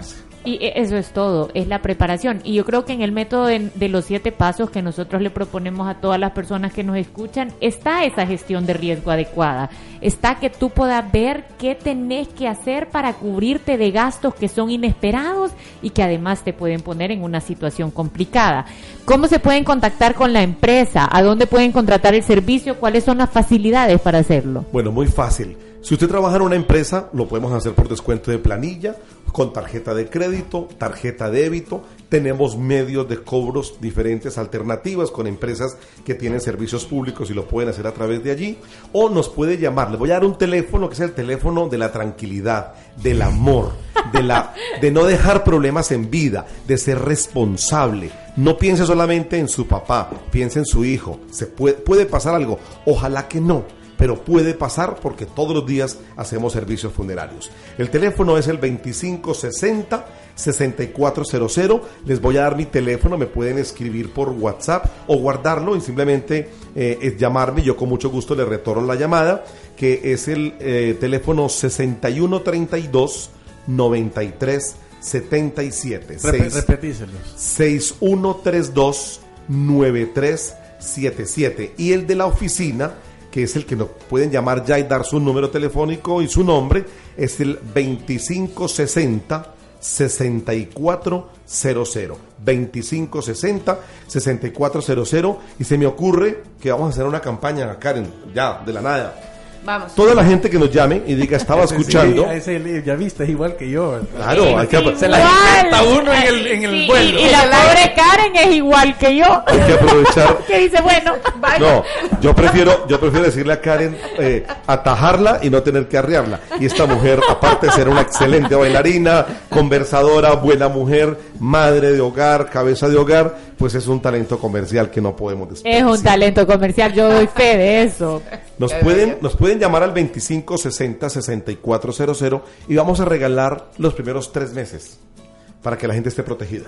Speaker 3: Y eso es todo, es la preparación. Y yo creo que en el método de, de los siete pasos que nosotros le proponemos a todas las personas que nos escuchan, está esa gestión de riesgo adecuada. Está que tú puedas ver qué tenés que hacer para cubrirte de gastos que son inesperados y que además te pueden poner en una situación complicada. ¿Cómo se pueden contactar con la empresa? ¿A dónde pueden contratar el servicio? ¿Cuáles son las facilidades para hacerlo?
Speaker 4: Bueno, muy fácil. Si usted trabaja en una empresa, lo podemos hacer por descuento de planilla, con tarjeta de crédito, tarjeta de débito. Tenemos medios de cobros diferentes, alternativas, con empresas que tienen servicios públicos y lo pueden hacer a través de allí. O nos puede llamar. Le voy a dar un teléfono que es el teléfono de la tranquilidad, del amor, de, la, de no dejar problemas en vida, de ser responsable. No piense solamente en su papá, piense en su hijo. Se puede, puede pasar algo, ojalá que no, pero puede pasar porque todos los días hacemos servicios funerarios. El teléfono es el veinticinco sesenta, sesenta y cuatro cero cero. Les voy a dar mi teléfono, me pueden escribir por WhatsApp o guardarlo y simplemente eh, es llamarme. Yo con mucho gusto les retorno la llamada, que es el eh, teléfono sesenta y uno treinta y dos, noventa y tres setenta y siete.
Speaker 2: Rep- repetíselos.
Speaker 4: seis uno tres dos, nueve tres siete siete. Y el de la oficina, que es el que nos pueden llamar ya y dar su número telefónico y su nombre, es el veinticinco sesenta, sesenta y cuatro cero cero. veinticinco sesenta, sesenta y cuatro cero cero. Y se me ocurre que vamos a hacer una campaña, Karen, ya, de la nada.
Speaker 5: Vamos.
Speaker 4: Toda la gente que nos llame y diga, estaba escuchando.
Speaker 2: Sí, ese, ya viste, es igual que yo.
Speaker 4: Claro,
Speaker 3: Sí,
Speaker 4: hay que,
Speaker 3: igual.
Speaker 2: Se la inventa uno en el, en el
Speaker 3: Sí,
Speaker 2: vuelo.
Speaker 3: Y, y la pobre Karen es igual que yo.
Speaker 4: hay que aprovechar.
Speaker 3: Que dice, bueno,
Speaker 4: No, yo prefiero, yo prefiero decirle a Karen, eh, atajarla y no tener que arrearla. Y esta mujer, aparte de ser una excelente bailarina, conversadora, buena mujer, madre de hogar, cabeza de hogar, pues es un talento comercial que no podemos
Speaker 3: es
Speaker 4: desperdiciar.
Speaker 3: un talento comercial, yo doy fe de eso.
Speaker 4: Nos pueden, nos pueden llamar al veinticinco sesenta, sesenta y cuatro cero cero y vamos a regalar los primeros tres meses para que la gente esté protegida.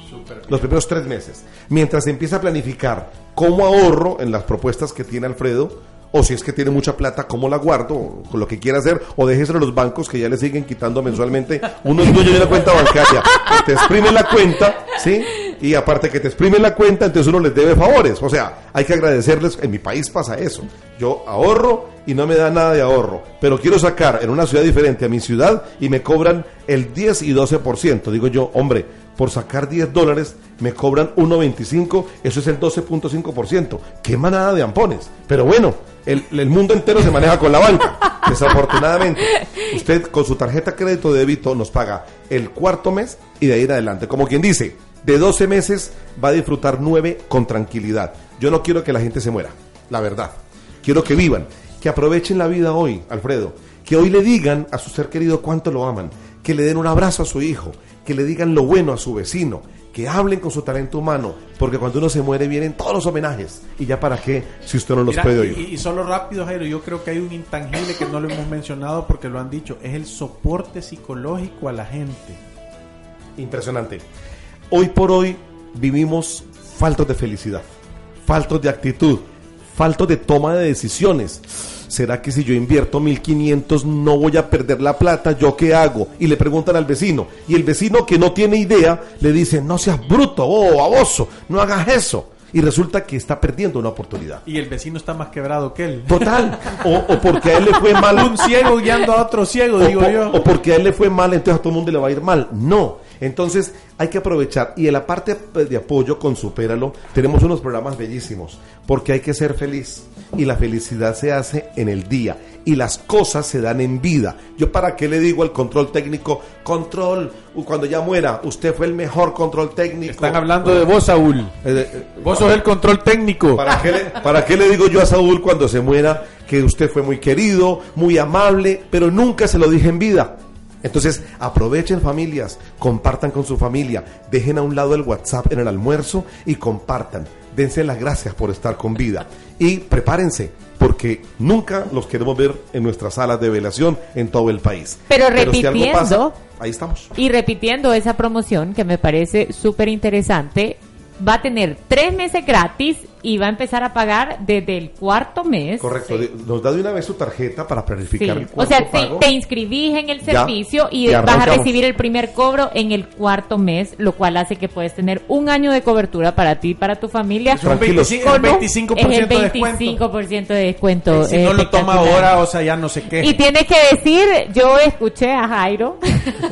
Speaker 4: Los primeros tres meses. Mientras empieza a planificar cómo ahorro en las propuestas que tiene Alfredo, o si es que tiene mucha plata, cómo la guardo, o con lo que quiera hacer, o déjeselo a los bancos que ya le siguen quitando mensualmente. Uno es dueño de una cuenta bancaria, te exprimen la cuenta, ¿sí? Y aparte que te exprimen la cuenta, entonces uno les debe favores. O sea, hay que agradecerles. En mi país pasa eso. Yo ahorro y no me da nada de ahorro, pero quiero sacar en una ciudad diferente a mi ciudad y me cobran el diez y doce por ciento. Digo yo, hombre, por sacar diez dólares me cobran uno veinticinco, eso es el doce punto cinco por ciento. Qué manada de ampones. Pero bueno, el, el mundo entero se maneja con la banca. Desafortunadamente, usted con su tarjeta crédito de débito nos paga el cuarto mes y de ahí en adelante. Como quien dice, de doce meses va a disfrutar nueve con tranquilidad. Yo no quiero que la gente se muera, la verdad. Quiero que vivan, que aprovechen la vida hoy, Alfredo. Que hoy le digan a su ser querido cuánto lo aman, que le den un abrazo a su hijo, que le digan lo bueno a su vecino, que hablen con su talento humano, porque cuando uno se muere vienen todos los homenajes. Y ya para qué, si usted no los
Speaker 2: Mira,
Speaker 4: puede oír.
Speaker 2: Y, y solo rápido, Jairo, yo creo que hay un intangible que no lo hemos mencionado porque lo han dicho, es el soporte psicológico a la gente.
Speaker 4: Impresionante. Hoy por hoy vivimos faltos de felicidad, faltos de actitud, faltos de toma de decisiones. ¿Será que si yo invierto mil quinientos no voy a perder la plata? ¿Yo qué hago? Y le preguntan al vecino. Y el vecino, que no tiene idea, le dice, no seas bruto, oh, baboso, no hagas eso. Y resulta que está perdiendo una oportunidad.
Speaker 2: Y el vecino está más quebrado que él.
Speaker 4: Total. O, o porque a él le fue mal.
Speaker 2: Un ciego guiando a otro ciego,
Speaker 4: o,
Speaker 2: digo
Speaker 4: po-
Speaker 2: yo.
Speaker 4: o porque a él le fue mal, entonces a todo el mundo le va a ir mal. No. Entonces hay que aprovechar. Y en la parte de apoyo con Supéralo tenemos unos programas bellísimos, porque hay que ser feliz. Y la felicidad se hace en el día. Y las cosas se dan en vida. Yo para qué le digo al control técnico, control, cuando ya muera, usted fue el mejor control técnico.
Speaker 2: Están hablando de vos, Saúl.
Speaker 4: Eh, eh,
Speaker 2: Vos sos el control técnico.
Speaker 4: ¿Para qué, le, ¿Para qué le digo yo a Saúl cuando se muera que usted fue muy querido, muy amable, pero nunca se lo dije en vida? Entonces aprovechen, familias, compartan con su familia, dejen a un lado el WhatsApp en el almuerzo y compartan, dense las gracias por estar con vida y prepárense, porque nunca los queremos ver en nuestras salas de velación en todo el país.
Speaker 3: Pero
Speaker 4: si algo
Speaker 3: repitiendo,
Speaker 4: pasa, ahí estamos.
Speaker 3: y repitiendo esa promoción que me parece súper interesante, va a tener tres meses gratis y va a empezar a pagar desde el cuarto mes.
Speaker 4: Correcto,
Speaker 3: Sí.
Speaker 4: nos da de una vez su tarjeta para planificar
Speaker 3: Sí.
Speaker 4: el
Speaker 3: O
Speaker 4: cuarto
Speaker 3: sea, te,
Speaker 4: pago.
Speaker 3: te inscribís en el
Speaker 4: Ya,
Speaker 3: servicio y
Speaker 4: ya
Speaker 3: vas a
Speaker 4: arrancamos.
Speaker 3: recibir el primer cobro en el cuarto mes, lo cual hace que puedes tener un año de cobertura para ti y para tu familia.
Speaker 2: Es un
Speaker 4: Tranquilos.
Speaker 2: veinticinco, el
Speaker 3: Con un-
Speaker 2: veinticinco por ciento
Speaker 3: es
Speaker 2: de
Speaker 3: el
Speaker 2: descuento.
Speaker 3: veinticinco por ciento de descuento.
Speaker 2: Y si
Speaker 3: es
Speaker 2: no lo toma
Speaker 3: espectacular.
Speaker 2: ahora, o sea, ya no se queje.
Speaker 3: Y tienes que decir, yo escuché a Jairo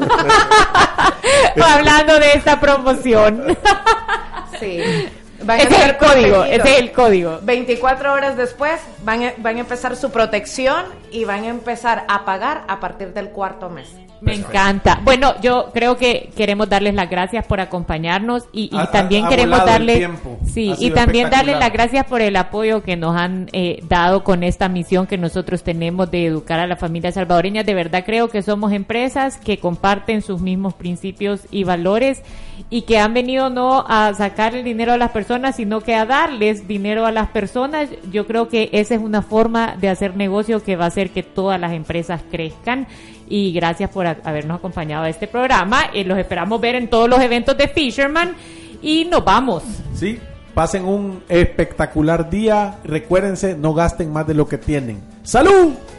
Speaker 3: hablando de esta promoción.
Speaker 5: Sí. Van a
Speaker 3: Ese es
Speaker 5: ser
Speaker 3: el código,
Speaker 5: protegidos.
Speaker 3: ese es el código.
Speaker 5: veinticuatro horas después van a, van a empezar su protección y van a empezar a pagar a partir del cuarto mes.
Speaker 3: Me encanta. Bueno, yo creo que queremos darles las gracias por acompañarnos y, y
Speaker 2: Ha-
Speaker 3: también
Speaker 2: ha
Speaker 3: queremos
Speaker 2: volado el
Speaker 3: darles
Speaker 2: tiempo.
Speaker 3: sí
Speaker 2: Ha
Speaker 3: y
Speaker 2: sido
Speaker 3: también darles
Speaker 2: espectacular.
Speaker 3: las gracias por el apoyo que nos han eh, dado con esta misión que nosotros tenemos de educar a las familias salvadoreñas. De verdad creo que somos empresas que comparten sus mismos principios y valores y que han venido no a sacar el dinero a las personas, sino que a darles dinero a las personas. Yo creo que esa es una forma de hacer negocio que va a hacer que todas las empresas crezcan. Y gracias por a- habernos acompañado a este programa. Eh, los esperamos ver en todos los eventos de Fisherman y nos vamos.
Speaker 2: Sí, pasen un espectacular día. Recuérdense, no gasten más de lo que tienen. ¡Salud!